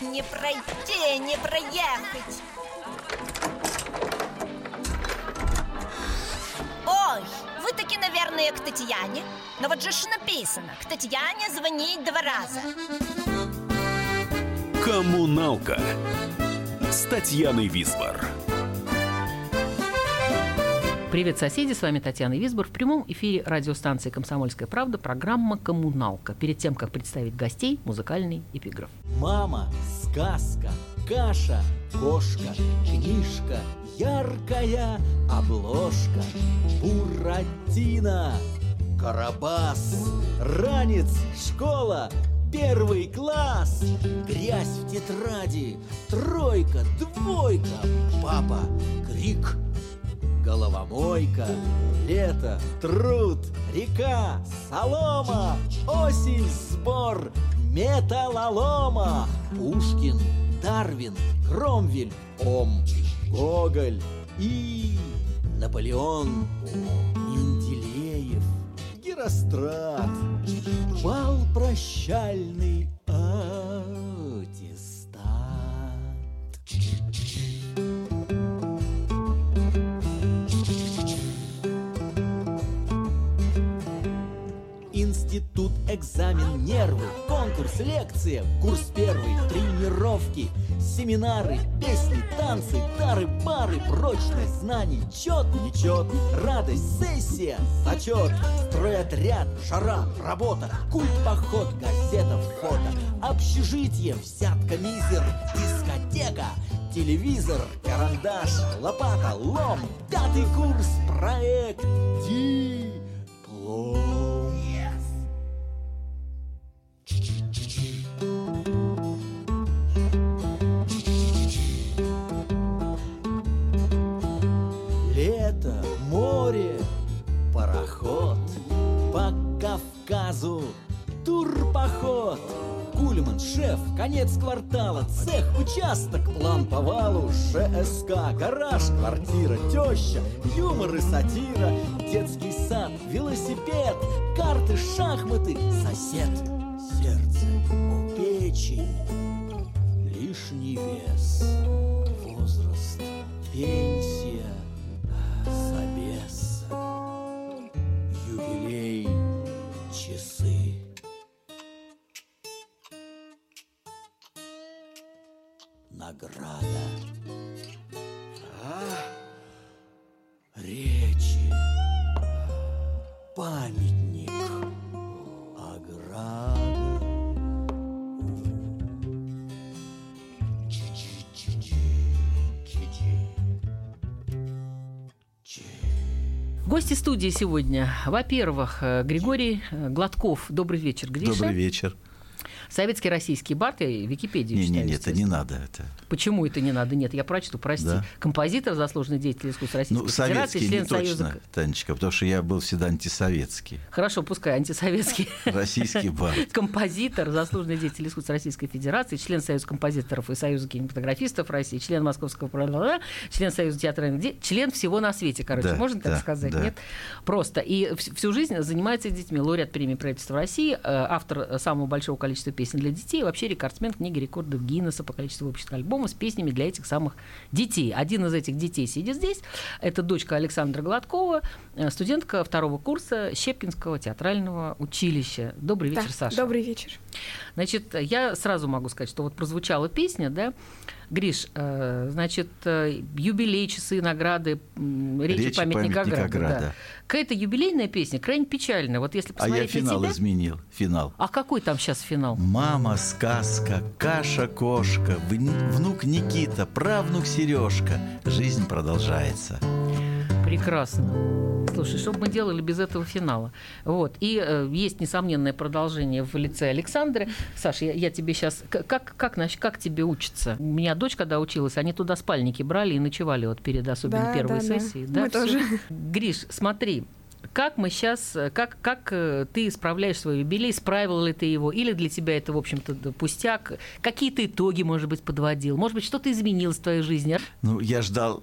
не пройти, не проехать. Ой, вы таки, наверное, к Татьяне. Но вот же ж написано: к Татьяне звонить 2 раза. Коммуналка с Татьяной Висбор. Привет, соседи, с вами Татьяна Висбор. В прямом эфире радиостанции «Комсомольская правда» программа «Коммуналка». Перед тем, как представить гостей, музыкальный эпиграф. Мама, сказка, каша, кошка, книжка, яркая обложка, Буратино, Карабас, ранец, школа, 1 класс, грязь в тетради, 3, 2, папа, крик, головомойка, лето, труд, река, солома, осень, сбор, металлолома, Пушкин, Дарвин, Кромвель, Ом, Гоголь и Наполеон, Менделеев, Герострат, бал прощальный, аттестат. Институт, экзамен, нервы, конкурс, лекция, курс 1, тренировки, семинары, песни, танцы, дары, бары, прочность знаний, чет, нечет, радость, сессия, зачет, стройотряд, жара, работа, культ, поход, газета, фото, общежитие, взятка, мизер, дискотека, телевизор, карандаш, лопата, лом, 5 курс, проект, диплом. Лето, море, пароход, по Кавказу турпоход, Кульман, шеф, конец квартала, цех, участок, план по валу, ЖСК, гараж, квартира, теща, юмор и сатира, детский сад, велосипед, карты, шахматы, сосед, сердце, печень, лишний вес, возраст, пенсия, собес, юбилей, часы. Награда, речи, памятник, ограда. Гости студии сегодня. Во-первых, Григорий Гладков. Добрый вечер, Гриша. Добрый вечер. Советский российский бард, я Википедию читаю. Нет, это не надо. Это... Почему это не надо? Нет, я прочту, прости. Да. Композитор, заслуженный деятель искусства Российской Федерации, советский член не Союза... точно, Танечка, потому что я был всегда антисоветский. Хорошо, пускай антисоветский. Российский бард. Композитор, заслуженный деятель искусства Российской Федерации, член Союза композиторов и Союза кинематографистов России, член Московского член Союза театральных, член всего на свете, короче, да, можно так сказать? Да. Нет? Просто. И всю жизнь занимается детьми. Лауреат премии правительства России, автор самого большого количества песен для детей, и вообще рекордсмен книги рекордов Гиннесса по количеству выпущенных альбомов с песнями для этих самых детей. Один из этих детей сидит здесь. Это дочка Александра Гладкова, студентка 2 курса Щепкинского театрального училища. Добрый вечер, да, Саша. Добрый вечер. Значит, я сразу могу сказать, что вот прозвучала песня, да, Гриш, значит, юбилей, часы, награды, речи, памятник ограды. Да. Какая-то юбилейная песня, крайне печальная. Вот если посмотреть я финал на тебя... изменил. Финал. А какой там сейчас финал? Мама, сказка, каша, кошка, внук Никита, правнук Сережка. Жизнь продолжается. Прекрасно. Слушай, что бы мы делали без этого финала? Вот. И есть несомненное продолжение в лице Александры. Саша, я тебе сейчас... Как тебе учатся? У меня дочь, когда училась, они туда спальники брали и ночевали вот перед особенно первой сессией. Да, мы тоже. Гриш, смотри, как мы сейчас, как ты справляешь свой юбилей, справил ли ты его, или для тебя это, в общем-то, пустяк? Какие ты итоги, может быть, подводил? Может быть, что-то изменилось в твоей жизни? Ну, я ждал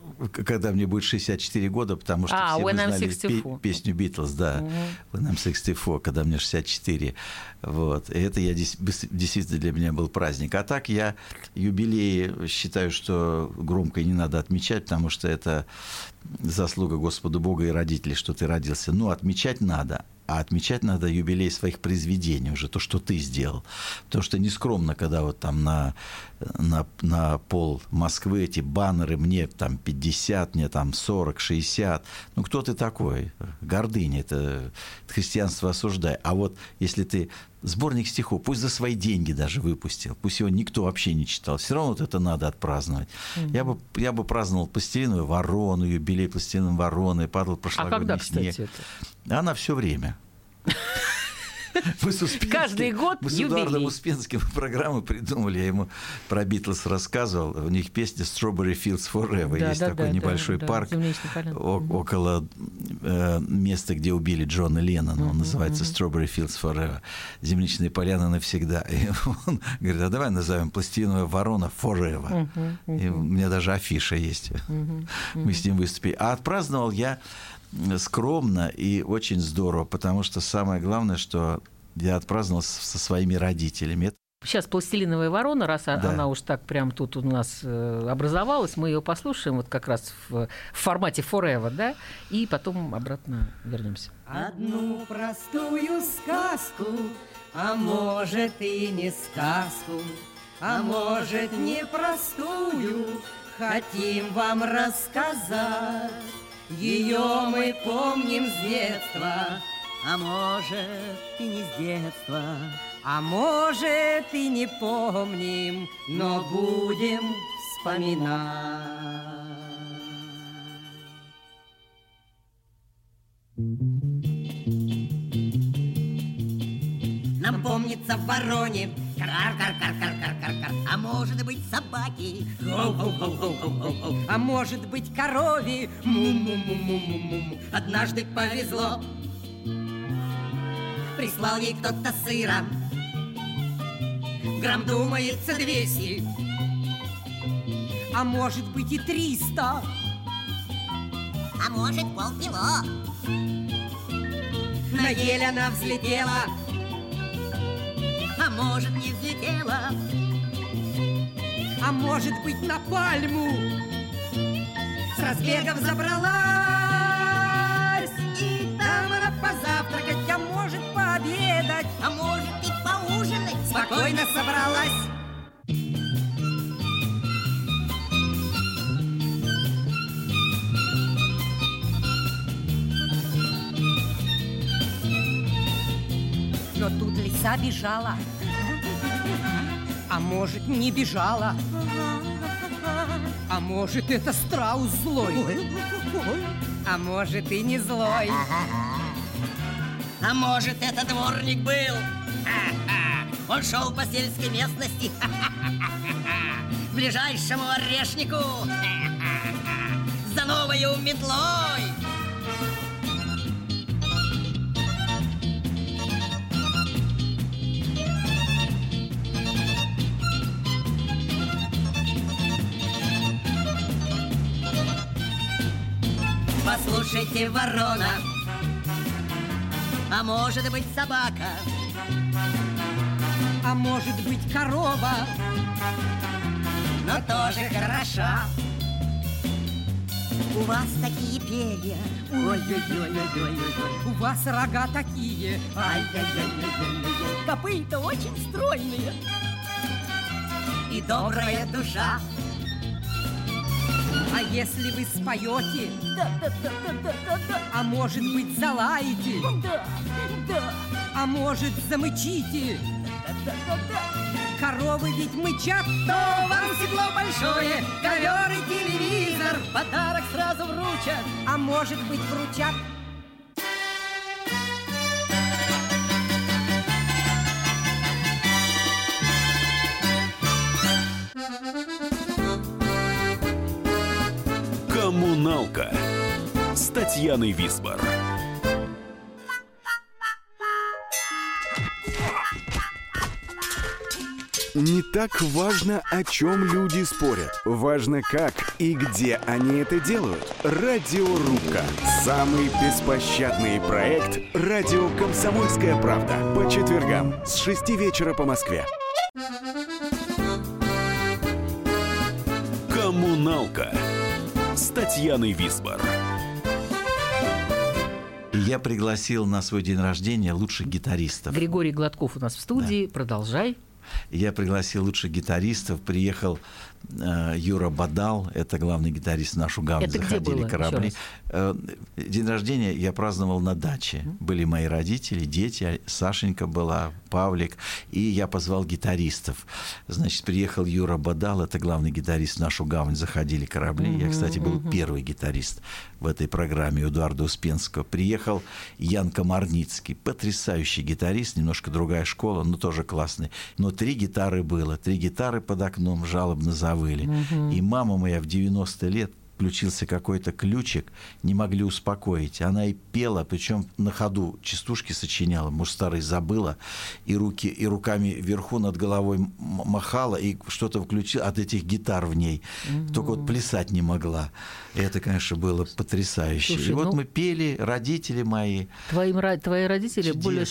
когда мне будет 64 года, потому что все вы знали песню Битлз, да, When I'm 64, когда мне 64. Вот. И это действительно для меня был праздник. А так я юбилеи считаю, что громко не надо отмечать, потому что это заслуга Господа Бога и родителей, что ты родился. Ну, отмечать надо. А отмечать надо юбилей своих произведений уже, то, что ты сделал. Потому что нескромно, когда вот там на пол Москвы эти баннеры, мне там 50, мне там 40, 60. Ну, кто ты такой? Гордыня, это христианство осуждай. А вот если ты сборник стихов, пусть за свои деньги даже выпустил, пусть его никто вообще не читал, все равно вот это надо отпраздновать. Я бы праздновал «Пластилиновую ворону», юбилей «Пластилиновой вороны», «Падал прошлогодний снег». Кстати, это? Она все время. Каждый год мы с Эдуардом Успенским программу придумали, я ему про Битлз рассказывал, у них песня «Strawberry Fields Forever», есть такой небольшой парк около места, где убили Джона Леннона, он называется «Strawberry Fields Forever», «Земляничные поляны навсегда». И он говорит, а давай назовем «Пластилиновая ворона Forever». И у меня даже афиша есть, мы с ним выступили. А отпраздновал я скромно и очень здорово, потому что самое главное, что я отпраздновал со своими родителями. Сейчас «Пластилиновая ворона», раз она уж так прям тут у нас образовалась, мы ее послушаем вот как раз в формате Forever, да, и потом обратно вернемся. Одну простую сказку, а может и не сказку, а может непростую, хотим вам рассказать. Ее мы помним с детства, а может и не с детства, а может и не помним, но будем вспоминать. Нам помнится в вороне кар-кар-кар-кар-кар-кар-кар, а может быть собаки, гоу-гоу-гоу-гоу-гоу-гоу, а может быть корове, му-му-му-му-му-му. Однажды повезло, прислал ей кто-то сыра, грамм, думается, 200, а может быть и 300, а может полкило. На ель она взлетела, а может не взлетела, а может быть на пальму с разбегов забралась, и там она позавтракать, а может пообедать, а может и поужинать спокойно собралась. Но тут лиса бежала, а может не бежала, а может это страус злой, а может и не злой, а может это дворник был. Он шел по сельской местности к ближайшему орешнику за новою метлой. Послушайте, ворона, а может быть собака, а может быть корова, но тоже хороша. У вас такие перья, ой-ой-ой-ой-ой-ой, у вас рога такие, ай-яй-яй-яй-яй-яй, копыта очень стройные и добрая душа. А если вы споете, да-да-да-да-да-да, а может быть залаете, да-да, а может замычите, да-да-да-да, коровы ведь мычат, то вам седло большое, ковер и телевизор подарок сразу вручат, а может быть вручат. «Коммуналка» с Татьяной Висбор. Не так важно, о чем люди спорят. Важно, как и где они это делают. Радиорубка. Самый беспощадный проект «Радио Комсомольская правда». По четвергам с 6 вечера по Москве. «Коммуналка» с Татьяной Висбор. Я пригласил на свой день рождения лучших гитаристов. Григорий Гладков у нас в студии. Да. Продолжай. Я пригласил лучших гитаристов. Приехал Юра Бадал, это главный гитарист в нашу гавань. Это заходили корабли. День рождения я праздновал на даче. Были мои родители, дети, Сашенька была, Павлик, и я позвал гитаристов. Значит, приехал Юра Бадал, это главный гитарист в нашу гавань, заходили корабли. Я, кстати, был первый гитарист в этой программе у Эдуарда Успенского. Приехал Ян Комарницкий, потрясающий гитарист, немножко другая школа, но тоже классный. Но 3 гитары было, 3 гитары под окном жалобно завыли. И мама моя в 90 лет, включился какой-то ключик, не могли успокоить. Она и пела, причем на ходу частушки сочиняла, может, старый забыла, и руками вверху над головой махала, и что-то включила от этих гитар в ней. Только вот плясать не могла. И это, конечно, было потрясающе. Слушай, и вот мы пели, родители мои. Твои родители чудесно. Более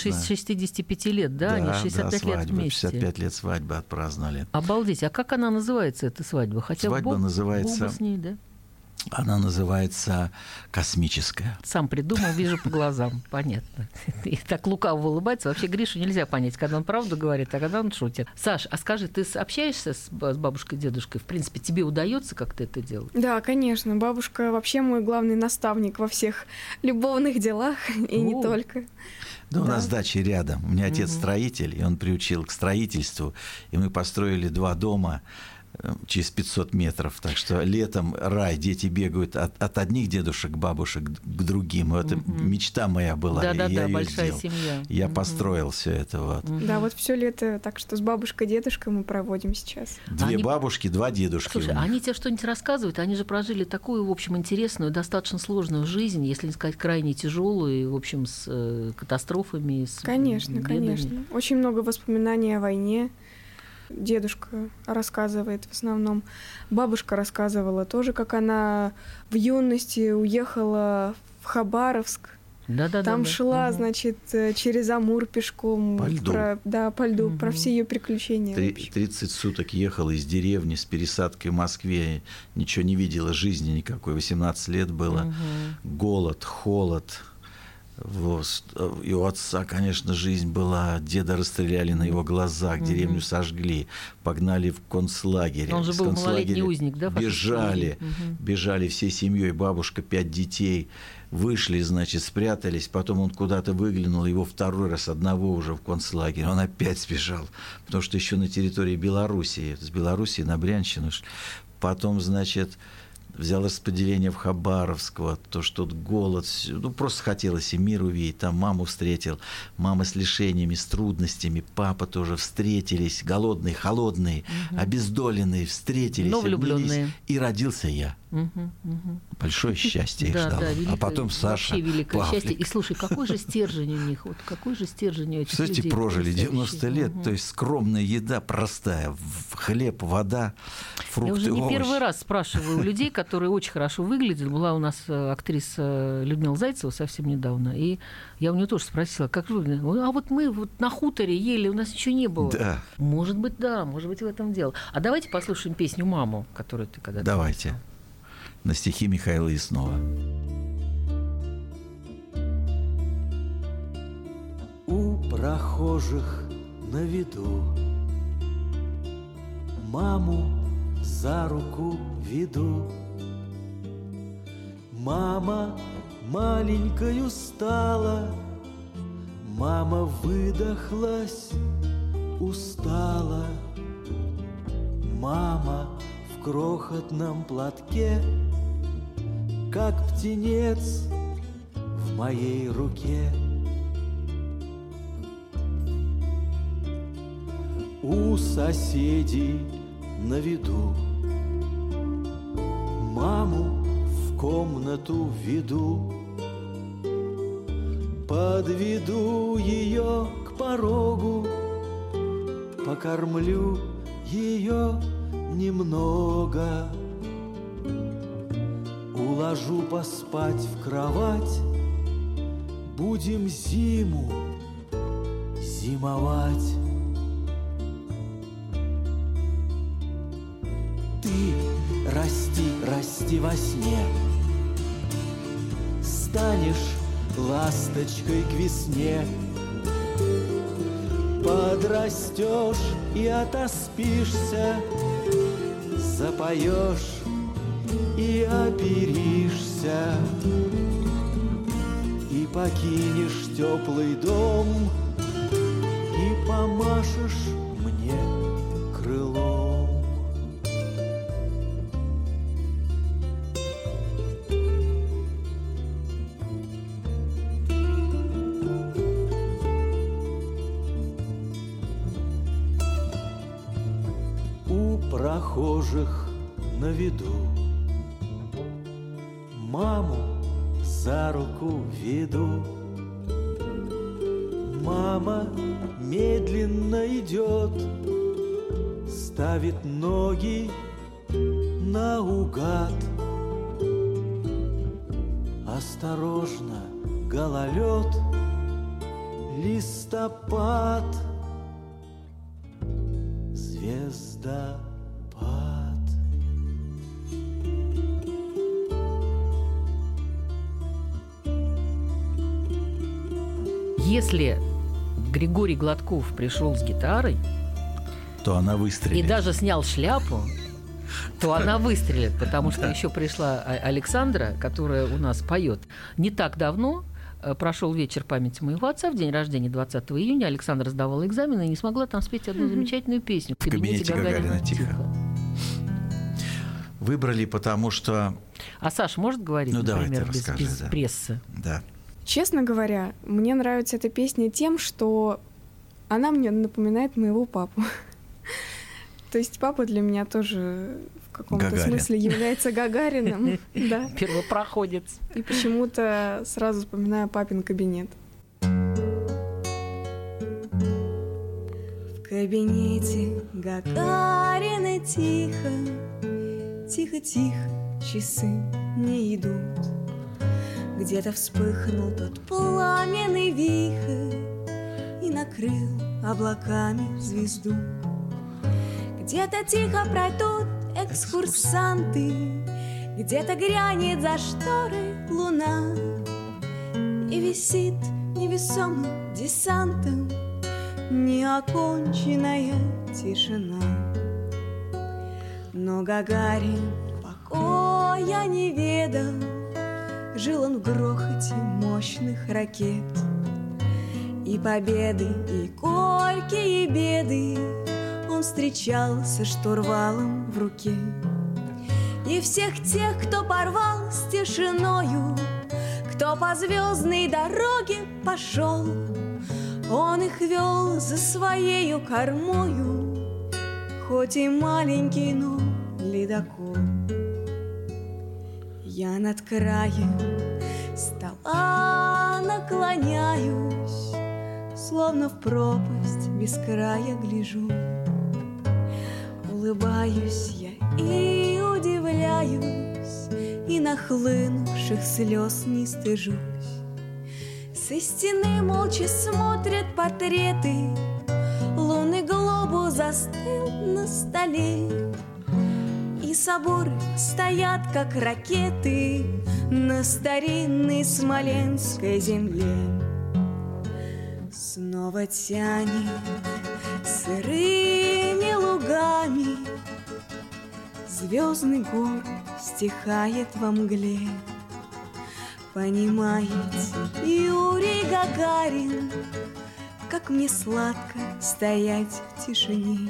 65 лет, да? Они 65 лет вместе. 55 лет свадьбы отпраздновали. Обалдеть. А как она называется, эта свадьба? Хотя свадьба называется... Бог с ней, да? Она называется «Космическая». Сам придумал, вижу по глазам. Понятно. И так лукаво улыбается. Вообще Гришу нельзя понять, когда он правду говорит, а когда он шутит. Саш, а скажи, ты общаешься с бабушкой, дедушкой? В принципе, тебе удается как-то это делать? Да, конечно. Бабушка вообще мой главный наставник во всех любовных делах, и не только. Да, у нас дача рядом. У меня отец строитель, и он приучил к строительству. И мы построили 2 дома через 500 метров. Так что летом рай, дети бегают от одних дедушек, бабушек к другим. Это мечта моя была. Да, большая семья. Я построил все это. Вот. Да, вот все лето, так что с бабушкой, дедушкой мы проводим сейчас. 2 бабушки, 2 дедушки. Слушай, они тебе что-нибудь рассказывают? Они же прожили такую, в общем, интересную, достаточно сложную жизнь, если не сказать крайне тяжелую, в общем, с катастрофами, с Конечно, конечно. Очень много воспоминаний о войне. Дедушка рассказывает в основном. Бабушка рассказывала тоже, как она в юности уехала в Хабаровск. Там шла, значит, через Амур пешком. По льду. По льду, про все ее приключения. 30 суток ехала из деревни с пересадкой в Москве. Ничего не видела, жизни никакой. 18 лет было. Голод, холод. И у отца, конечно, жизнь была. Деда расстреляли на его глазах, деревню сожгли, погнали в концлагерь. Он же был малолетний узник, да? Бежали всей семьей, бабушка, 5 детей. Вышли, значит, спрятались. Потом он куда-то выглянул, его второй раз одного уже в концлагерь. Он опять сбежал, потому что еще на территории Белоруссии, с Белоруссии на Брянщину. Потом, значит, взял распределение в Хабаровск, то, что голод, просто хотелось и мир увидеть. Там маму встретил, мама с лишениями, с трудностями, папа тоже встретились, голодные, холодные, обездоленные, встретились, но влюбленные. И родился я. Большое счастье их ждало. А потом Саша, вообще великое Павлик. Счастье. И слушай, какой же стержень у них, какой же стержень у этих людей. Кстати, прожили 90 лет, то есть скромная еда, простая, хлеб, вода, фрукты, овощи. Я уже не первый раз спрашиваю у людей, которые очень хорошо выглядят. Была у нас актриса Людмила Зайцева совсем недавно, и я у нее тоже спросила, как выглядит. А вот мы на хуторе ели, у нас ничего не было. Да. Может быть, в этом дело. А давайте послушаем песню «Маму», которую ты когда-то... Давайте. На стихи Михаила Яснова. У прохожих на виду маму за руку веду. Мама маленькою стала, мама выдохлась, устала. Мама в крохотном платке, как птенец в моей руке. У соседей на виду маму в комнату веду, подведу ее к порогу, покормлю ее немного. Уложу поспать в кровать, будем зиму зимовать. Ты расти, расти во сне, станешь ласточкой к весне. Подрастешь и отоспишься, запоешь и оперишься, и покинешь теплый дом, и помашешь мне крылом. Прохожих на виду маму за руку веду. Мама медленно идет, ставит ноги наугад. Осторожно, гололед, листопад, звезда. Если Григорий Гладков пришел с гитарой, то она выстрелит. И даже снял шляпу, то она выстрелит, потому что еще пришла Александра, которая у нас поет. Не так давно прошел вечер памяти моего отца, в день рождения, 20 июня. Александра сдавала экзамены и не смогла там спеть одну замечательную песню. В кабинете Гагарина тихо. Выбрали, потому что... А Саша может говорить, например, без прессы? Да. Честно говоря, мне нравится эта песня тем, что она мне напоминает моего папу. То есть папа для меня тоже в каком-то смысле является Гагарином. Да. Первопроходец. И почему-то сразу вспоминаю папин кабинет. В кабинете Гагарина тихо, тихо-тихо, часы не идут. Где-то вспыхнул тот пламенный вихрь и накрыл облаками звезду. Где-то тихо пройдут экскурсанты, где-то грянет за шторой луна, и висит невесомым десантом неоконченная тишина. Но Гагарин покоя не ведал, жил он в грохоте мощных ракет. И победы, и горькие беды он встречал со штурвалом в руке. И всех тех, кто порвал с тишиною, кто по звездной дороге пошел, он их вел за своею кормою, хоть и маленький, но ледокол. Я над краем стола наклоняюсь, словно в пропасть без края гляжу. Улыбаюсь я и удивляюсь, и нахлынувших слез не стыжусь. Со стены молча смотрят портреты, лунный глобус застыл на столе, и соборы стоят, как ракеты, на старинной смоленской земле. Снова тянет сырыми лугами, звездный город стихает во мгле. Понимаете, Юрий Гагарин, как мне сладко стоять в тишине.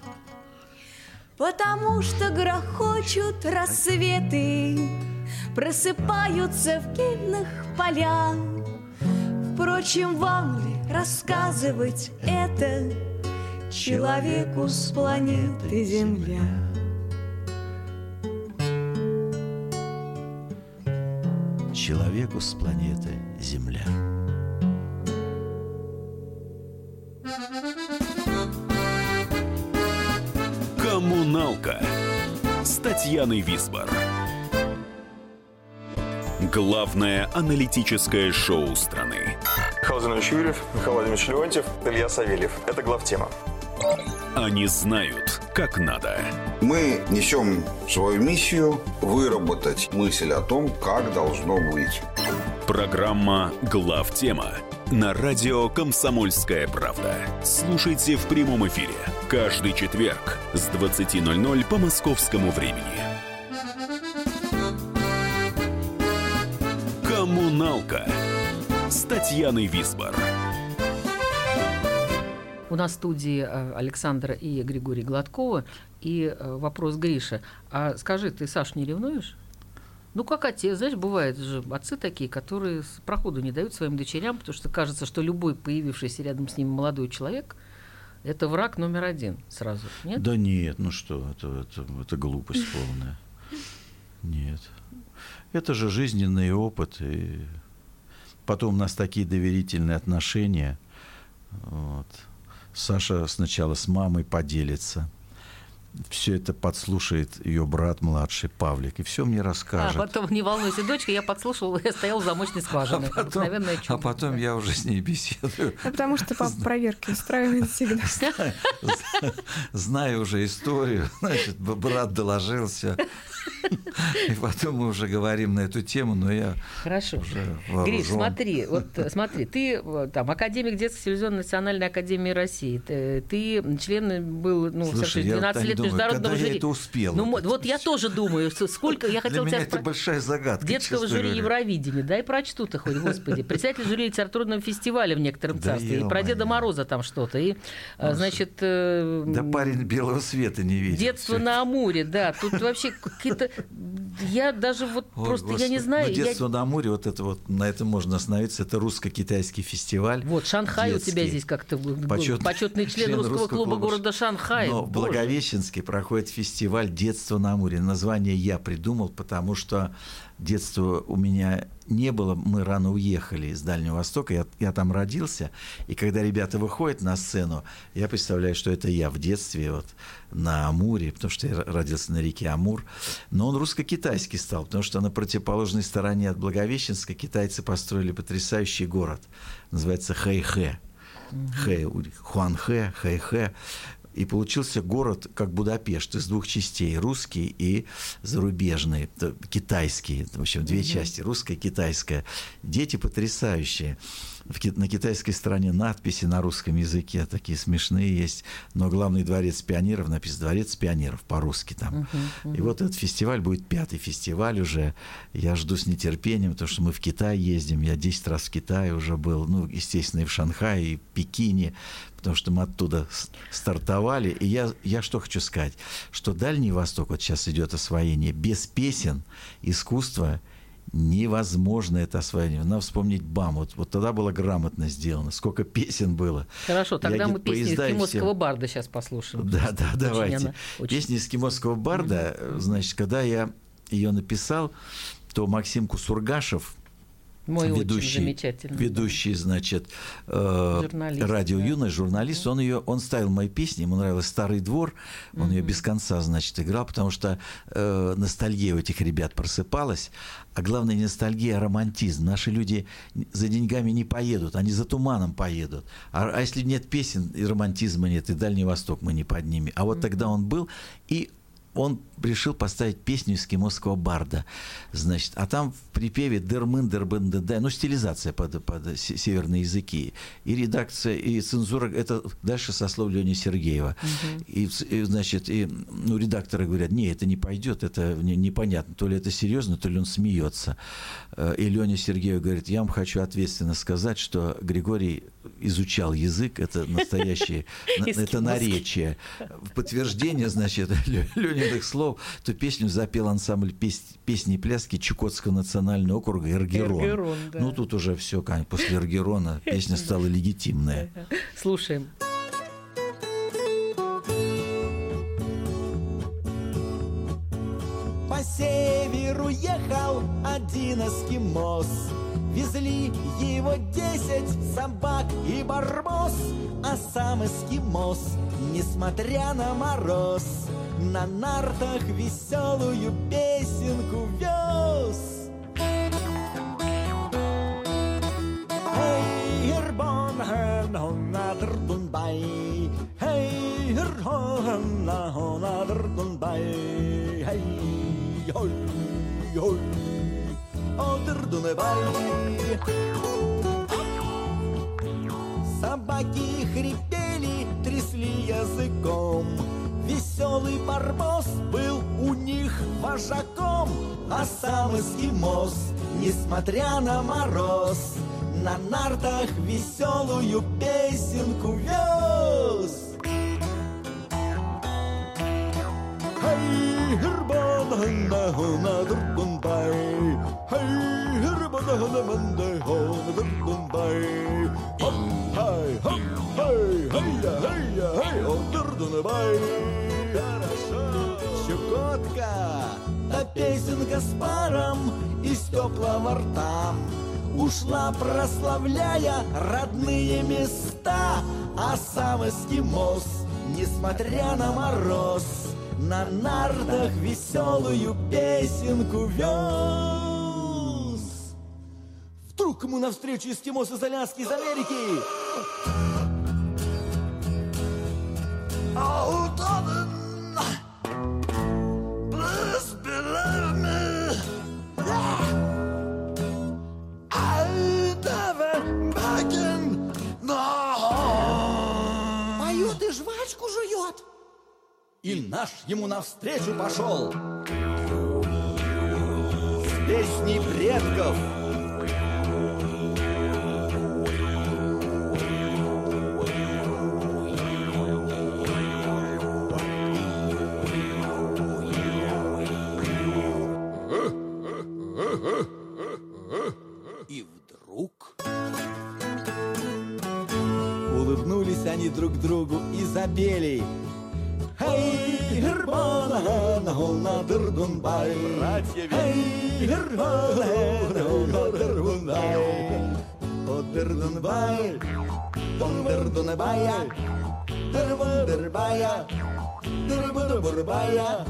Потому что грохочут рассветы, просыпаются в гимнах поля. Впрочем, вам ли рассказывать это человеку с планеты Земля? Человеку с планеты Земля. Коммуналка с Татьяной Висбор. Главное аналитическое шоу страны. Михаил Владимирович Юрьев, Михаил Владимирович Леонтьев, Илья Савельев. Это главтема. Они знают, как надо. Мы несем свою миссию выработать мысль о том, как должно быть. Программа «Главтема» на радио «Комсомольская правда». Слушайте в прямом эфире каждый четверг с 20:00 по московскому времени. «Коммуналка» с Татьяной Висбор. У нас в студии Александра и Григорий Гладкова. И вопрос Грише. А скажи, ты Саш не ревнуешь? Ну, как отец, знаешь, бывают же отцы такие, которые проходу не дают своим дочерям, потому что кажется, что любой появившийся рядом с ним молодой человек – это враг номер один сразу, нет? Да нет, ну что, это глупость полная. Нет. Это же жизненный опыт. И потом у нас такие доверительные отношения. Вот. Саша сначала с мамой поделится. Все это подслушает ее брат младший Павлик, и все мне расскажет. А потом, не волнуйся, дочка, я подслушала, я стоял в замочной скважине. А потом я уже с ней беседую. Потому что папа проверки устраивает всегда. Знаю уже историю, значит, брат доложился. И потом мы уже говорим на эту тему, но я хорошо. Уже вооружен. Гриш, смотри, ты там академик детской телевизионной национальной академии России, ты член был, слушай, 12 лет международного жюри. Я это успел. Ну вот я тоже думаю, сколько я хотела тебя это большая загадка. Детского жюри Евровидения, дай прочту-то хоть, господи. Председатель жюри литературного фестиваля в некотором царстве, и про Деда Мороза там что-то, и значит. Да парень белого света не видел. Детство на Амуре, да, тут вообще какие-то. Я даже просто я не знаю. Детство на Амуре, на этом можно остановиться. Это русско-китайский фестиваль. Вот Шанхай детский. У тебя здесь как-то почетный член русского клуба города Шанхай. Но в Благовещенске проходит фестиваль «Детство на Амуре». Название я придумал, потому что детства у меня не было. Мы рано уехали из Дальнего Востока. Я там родился. И когда ребята выходят на сцену, я представляю, что это я в детстве на Амуре, потому что я родился на реке Амур. Но он русско-китайский стал, потому что на противоположной стороне от Благовещенска китайцы построили потрясающий город. Называется Хэйхэ. Хуанхэ, Хэйхэ. И получился город, как Будапешт, из двух частей. Русский и зарубежный, китайский. В общем, две части. Русская и китайская. Дети потрясающие. На китайской стороне надписи на русском языке такие смешные есть. Но главный дворец пионеров написан «Дворец пионеров» по-русски там. И вот этот фестиваль будет 5-й фестиваль уже. Я жду с нетерпением, потому что мы в Китай ездим. Я 10 раз в Китае уже был. Ну, естественно, и в Шанхае, и в Пекине. Потому что мы оттуда стартовали. И я что хочу сказать, что Дальний Восток, вот сейчас идет освоение, без песен, искусства невозможно это освоение. Надо вспомнить БАМ. Вот тогда было грамотно сделано. Сколько песен было. Хорошо, тогда мы песню эскимосского барда сейчас послушаем. Да, давайте. Песня эскимосского барда, значит, когда я ее написал, то Максим Кусургашев, ведущий, значит, радио «Юность», журналист, он ставил мои песни, ему нравился «Старый двор», он ее без конца, значит, играл, потому что ностальгия у этих ребят просыпалась, а главное не ностальгия, а романтизм. Наши люди за деньгами не поедут, они за туманом поедут. А если нет песен, и романтизма нет, и Дальний Восток мы не поднимем. А вот тогда он был, и он решил поставить песню эскимосского барда. Значит, а там в припеве «дермын-дербын-дэдэ», ну, стилизация под северные языки. И редакция, и цензура, это дальше со слов Лёни Сергеева. И, значит, редакторы говорят, не, это не пойдет, это непонятно, то ли это серьезно, то ли он смеется. И Лёня Сергеев говорит, я вам хочу ответственно сказать, что Григорий изучал язык, это настоящее, это наречие. В подтверждение, значит, Лёниных слов, то песню запел ансамбль песни и пляски Чукотского национального округа «Эргерон». Да. Ну, тут уже все, после «Эргерона» песня стала легитимная. Слушаем. По северу ехал один эскимос, везли его 10 собак и барбос, а сам эскимос, несмотря на мороз, на нартах веселую песенку вез. Эй, Ирбон, хонадр Дунбай, эй, Ирбон, хонадр Дунбай, эй, ой, ой, одр Дунбай. Собаки хрипели, трясли языком. Веселый барбос был у них вожаком, а сам эскимос, несмотря на мороз, на нартах веселую песенку вез. Хей, Ирбон, Дунбай, хей, Ирбон, Дунбай. Хай, хай, хай, хай, хай, хай, одр Дунбай. Хорошо. Чукотка, та песенка с паром из теплого рта ушла, прославляя родные места, а сам эскимос, несмотря на мороз, на нартах веселую песенку вез. Вдруг ему навстречу эскимос из Аляски, из Америки. Please believe me, I never back in the home. Поет и жвачку жует. И наш ему навстречу пошел с песней предков. И вдруг улыбнулись они друг другу и запели. Хей, Ирбон, хонадр Дунбай, братья, хей, Ирбон, хонадр Дунбай, одр Дунбай, дондер Дунбая, дербая, дербая.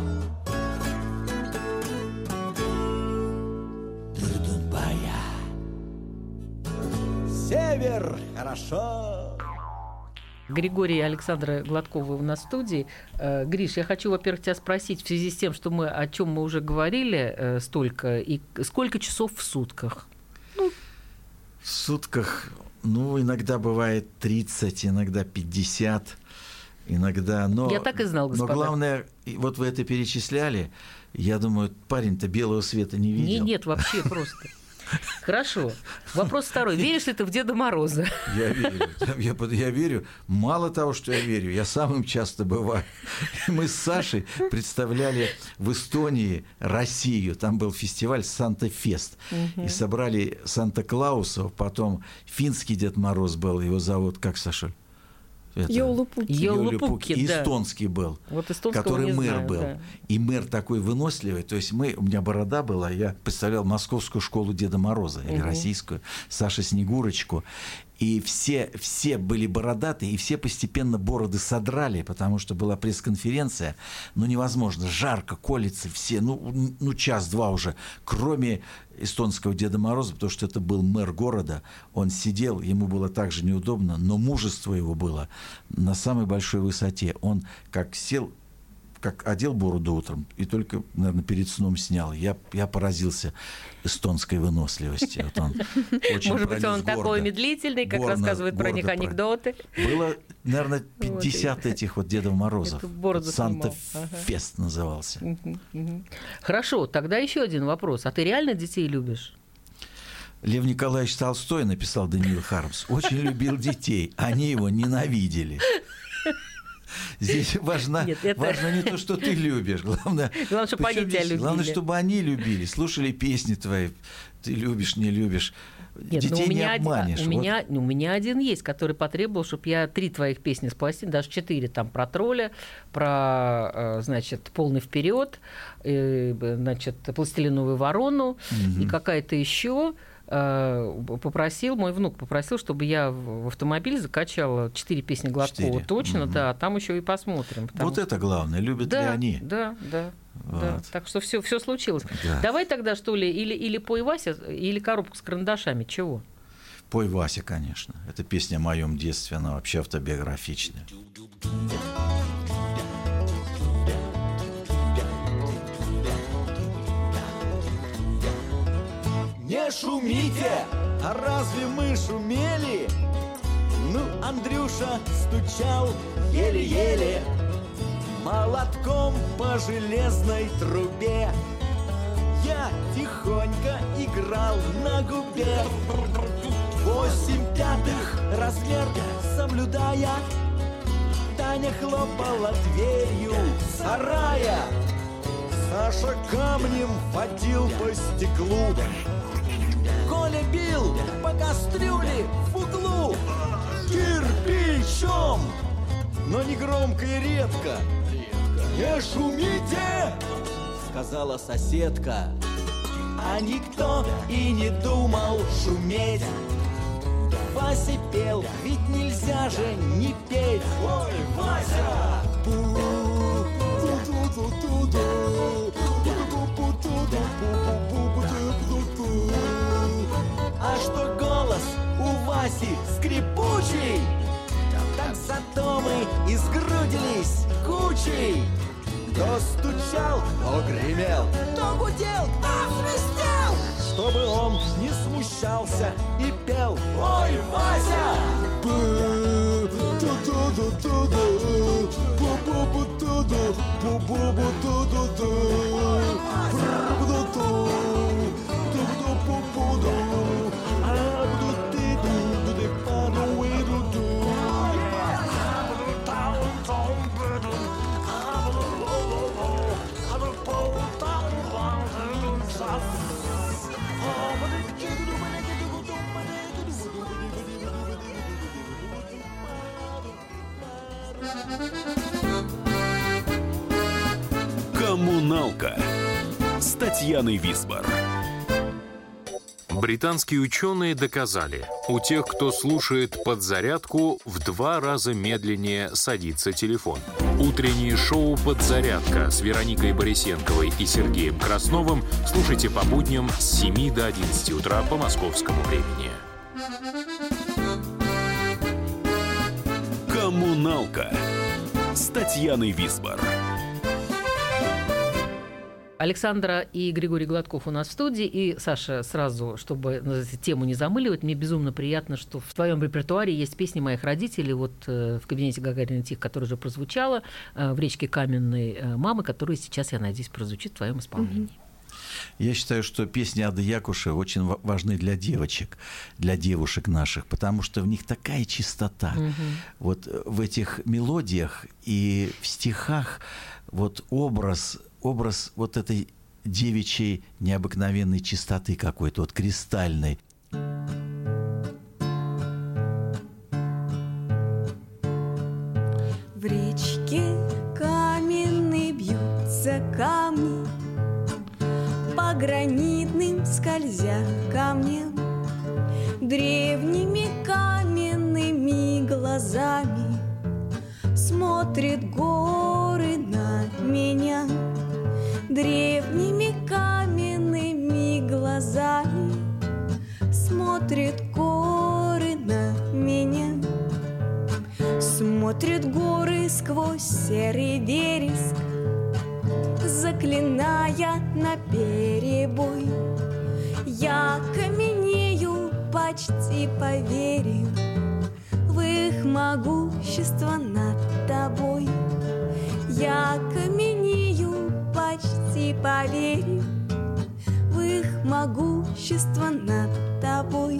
Север, хорошо. Григорий и Александра Гладкова у нас в студии. Гриш, я хочу, во-первых, тебя спросить в связи с тем, что о чем мы уже говорили столько, и сколько часов в сутках? В сутках, иногда бывает 30, иногда 50, иногда... Я так и знал, господа. Но главное, вот вы это перечисляли, я думаю, парень-то белого света не видел. Нет, вообще просто... Хорошо. Вопрос второй. Веришь ли ты в Деда Мороза? Я верю. Я верю. Мало того, что я верю, я сам им часто бываю. Мы с Сашей представляли в Эстонии Россию. Там был фестиваль Санта-Фест. И собрали Санта-Клауса. Потом финский Дед Мороз был. Его зовут, как, Саша? Йоулупуки, да. Эстонский был, вот который мэр знаю, был. Да. И мэр такой выносливый. То есть у меня борода была, я представлял Московскую школу Деда Мороза, или российскую, Саша Снегурочку. И все были бородатые, и все постепенно бороды содрали, потому что была пресс-конференция. Невозможно, жарко, колется, все, час-два уже, кроме эстонского Деда Мороза, потому что это был мэр города. Он сидел, ему было так же неудобно, но мужество его было на самой большой высоте. Он как сел, как одел бороду утром, и только, наверное, перед сном снял. Я поразился эстонской выносливости. Вот он очень Может быть, он такой медлительный, как рассказывают про них анекдоты. Было, наверное, 50 этих вот Дедов Морозов. Санта-Фест назывался. Хорошо, тогда еще один вопрос. А ты реально детей любишь? Лев Николаевич Толстой, написал Даниил Хармс, очень любил детей. Они его ненавидели. Здесь важно не то, что ты любишь. Главное, чтобы они тебя любили. Главное, чтобы они любили, слушали песни твои. Ты любишь, не любишь. Детей не обманешь. У меня один есть, который потребовал, чтобы я 3 твоих песни с пластин, даже 4, там про тролля, про, значит, полный вперед, значит, пластилиновую ворону и какая-то еще. попросил, мой внук попросил, чтобы я в автомобиль закачала 4 песни Гладкова. Точно, да, там еще и посмотрим. Вот это главное, любят ли они. Да. Да. Так что все случилось. Да. Давай тогда, что ли, или «Пой, Вася», или «Коробку с карандашами». Чего? «Пой, Вася», конечно. Это песня о моем детстве, она вообще автобиографичная. Не шумите, а разве мы шумели? Ну, Андрюша стучал еле-еле молотком по железной трубе. Я тихонько играл на губе. 8/5 размер соблюдая, Таня хлопала дверью сарая. Саша камнем водил по стеклу. Коля бил по кастрюле в углу кирпичом, но не громко и редко. «Не шумите!» — сказала соседка. А никто и не думал шуметь. Вася пел, ведь нельзя же не петь. Ой, Вася! А что голос у Васи скрипучий, так зато мы и сгрудились кучей. Кто стучал, кто гремел, кто гудел, кто свистел, чтобы он не смущался и пел. Ой, Вася! «Коммуналка» с Татьяной Висбор. Британские ученые доказали, у тех, кто слушает «Подзарядку», в 2 раза медленнее садится телефон. Утреннее шоу «Подзарядка» с Вероникой Борисенковой и Сергеем Красновым слушайте по будням с 7 до 11 утра по московскому времени. «Коммуналка» с Татьяной Висбор. Александра и Григорий Гладков у нас в студии. И, Саша, сразу, чтобы тему не замыливать, мне безумно приятно, что в твоем репертуаре есть песни моих родителей. Вот в «Кабинете Гагарина Тихо», которая уже прозвучала, в «Речке Каменной» мамы, которая сейчас, я надеюсь, прозвучит в твоем исполнении. Я считаю, что песни Ады Якуши очень важны для девочек, для девушек наших, потому что в них такая чистота. Вот в этих мелодиях и в стихах вот образ вот этой девичьей необыкновенной чистоты какой-то, вот кристальной. В речке каменной бьются камни, по гранитным скользя камням, древними каменными глазами смотрят горы на меня. Древними каменными глазами смотрят горы на меня. Смотрят горы сквозь серый вереск, заклиная наперебой. Я каменею, почти поверив в их могущество над тобой. Я каменею, почти поверив в их могущество над тобой.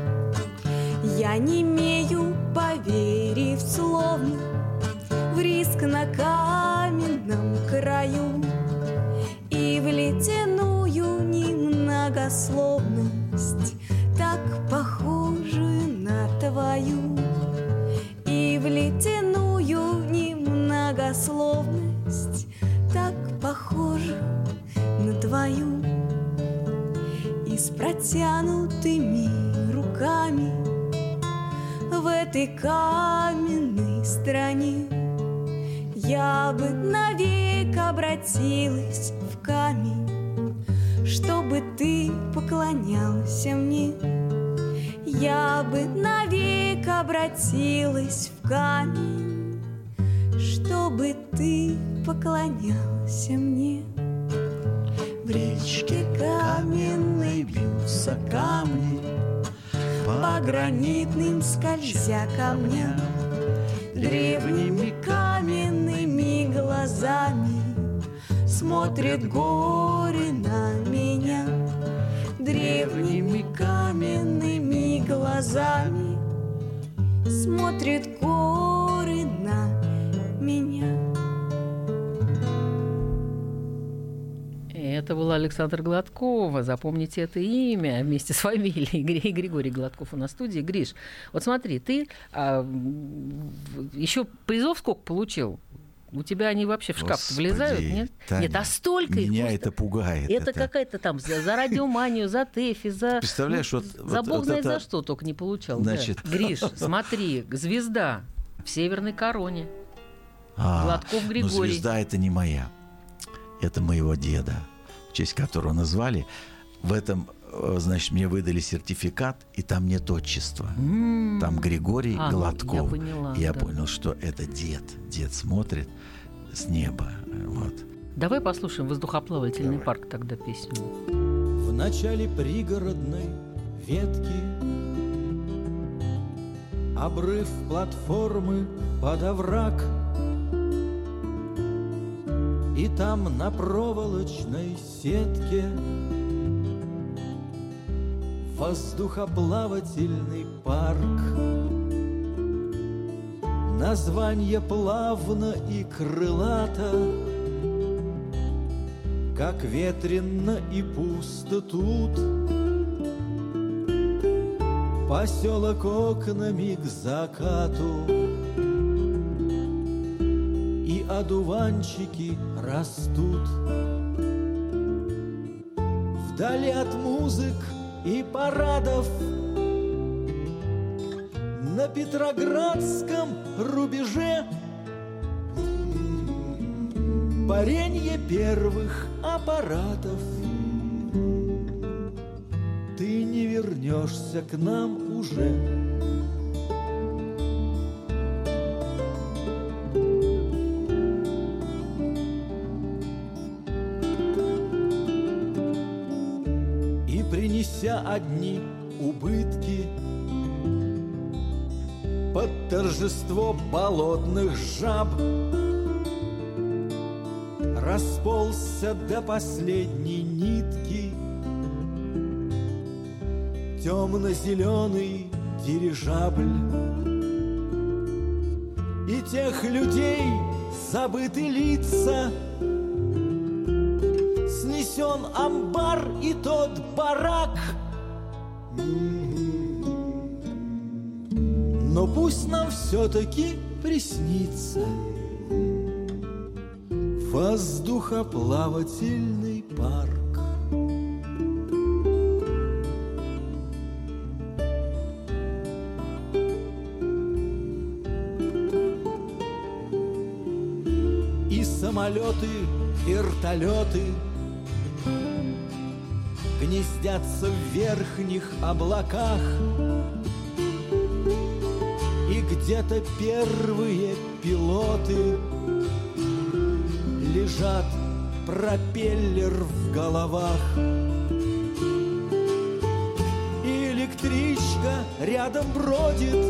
Я немею, поверив словно в риск на каменном краю и в ледяную немногословность, так похожую на твою, и в ледяную немногословность, так похожа на твою. И с протянутыми руками в этой каменной стране. Я бы навек обратилась в камень, чтобы ты поклонялся мне. Я бы навек обратилась в камень, чтобы ты поклонялся мне. В речке каменной бьются камни, по гранитным скользя камням, древними каменными глазами смотрит горе на меня. Древними каменными глазами смотрит горы на меня. Это была Александра Гладкова. Запомните это имя вместе с фамилией. Григорий Гладков у нас в студии. Гриш, вот смотри, ты еще призов сколько получил? У тебя они вообще в шкаф влезают? Нет? Таня, нет, а столько их. Меня это пугает. Это какая-то там за радиоманию, за ТЭФИ, за... Представляешь, за бог знает за что только не получал. Значит... Да. Гриш, смотри, звезда в Северной Короне. Гладков Григорий. Ну, звезда это не моя. Это моего деда, в честь которого назвали. В этом, значит, мне выдали сертификат, и там нет отчества. Там Григорий Гладков. Я поняла, я понял, что это дед. Дед смотрит с неба. Вот. Давай послушаем «Воздухоплавательный парк» тогда песню. В начале пригородной ветки обрыв платформы под овраг, и там на проволочной сетке воздухоплавательный парк. Название плавно и крылато, как ветренно и пусто тут. Поселок окнами к закату, и одуванчики растут. Вдали от музык и парадов на Петроградском рубеже паренье первых аппаратов. Ты не вернешься к нам уже. И принеся одни убытки под торжество болотных жаб, расползся до последней нитки темно-зеленый дирижабль. И тех людей забыты лица, снесен амбар и тот барак. Но пусть нам все-таки приснится воздухоплавательный парк. И самолеты, вертолеты гнездятся в верхних облаках, и где-то первые пилоты лежат, пропеллер в головах. И электричка рядом бродит,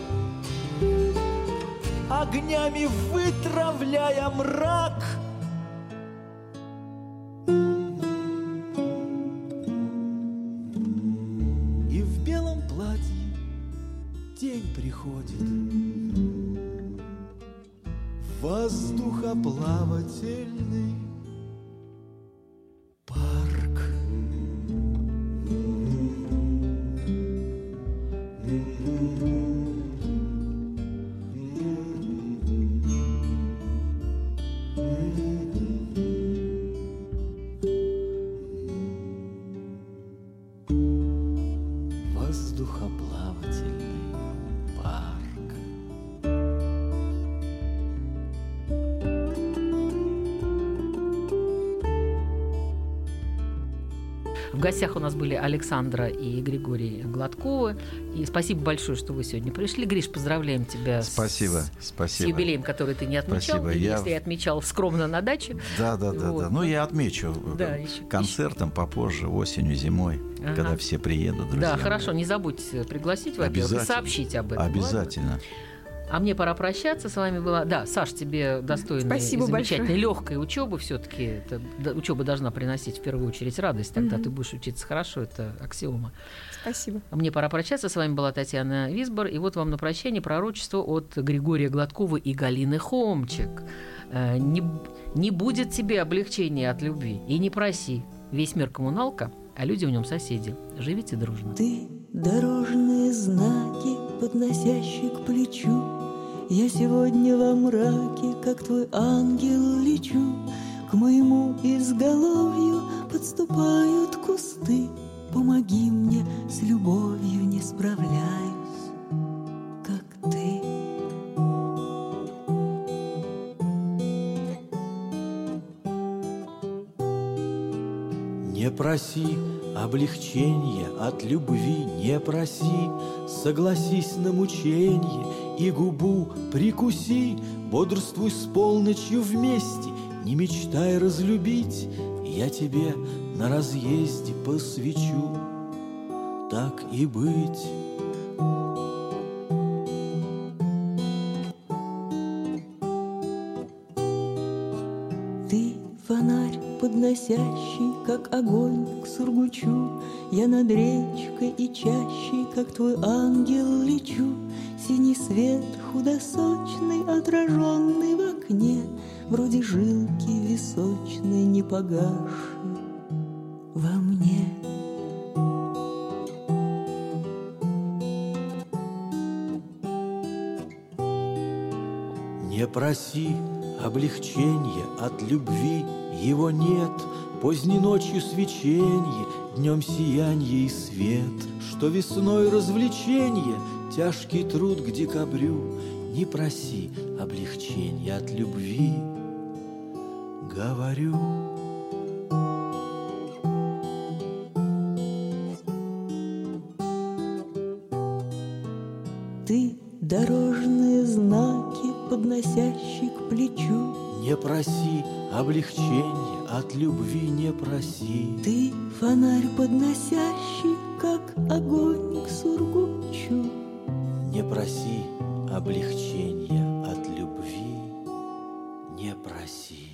огнями вытравляя мрак. И в белом платье день приходит, воздухоплавательный парк. воздухоплавательный парк. В гостях у нас были Александра и Григорий Гладковы. И спасибо большое, что вы сегодня пришли. Гриш, поздравляем тебя спасибо. С юбилеем, который ты не отмечал. Спасибо. Если я отмечал скромно на даче. Да. Ну, я отмечу концертом попозже, осенью, зимой, когда все приедут, друзья. Да, хорошо. Не забудьте пригласить, во-первых, и сообщить об этом. Обязательно. Ладно? А мне пора прощаться. С вами была... Да, Саш, тебе достойной и замечательной легкой учебы. Все-таки учеба должна приносить в первую очередь радость. Тогда ты будешь учиться хорошо. Это аксиома. Спасибо. Мне пора прощаться. С вами была Татьяна Висбор. И вот вам на прощание пророчество от Григория Гладкова и Галины Хомчик. Не будет тебе облегчения от любви. И не проси. Весь мир коммуналка, а люди в нем соседи. Живите дружно. Ты дорожные знаки, подносящие к плечу. Я сегодня во мраке, как твой ангел, лечу. К моему изголовью подступают кусты. Помоги мне, с любовью не справляюсь, как ты. Не проси облегчения от любви, не проси, согласись на мученье и губу прикуси, бодрствуй с полночью вместе, не мечтай разлюбить, я тебе на разъезде посвячу, так и быть. Ты фонарь, подносящий, как огонь к Сургучу. Я над речкой и чащей, как твой ангел, лечу. Синий свет худосочный, отраженный в окне, вроде жилки височной, не погасшей во мне. Не проси облегчения от любви, его нет. Поздней ночью свеченье, днем сиянье и свет. Что весной развлеченье, тяжкий труд к декабрю. Не проси облегчения от любви, говорю. Ты дорожные знаки, подносящие к плечу. Не проси облегчения от любви, не проси. Ты фонарь, подносящий, как огонь к Сургучу. Не проси облегчения от любви, не проси.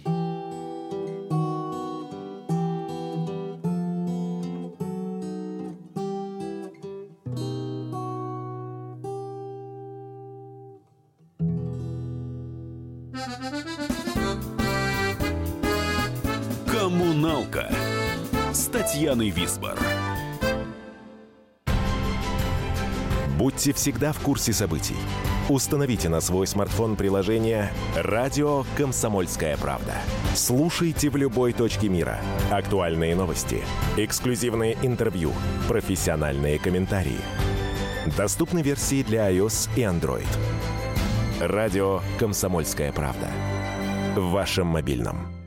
«Коммуналка» с Татьяной Висбор. Будьте всегда в курсе событий. Установите на свой смартфон приложение «Радио Комсомольская правда». Слушайте в любой точке мира. Актуальные новости, эксклюзивные интервью, профессиональные комментарии. Доступны версии для iOS и Android. «Радио Комсомольская правда». В вашем мобильном.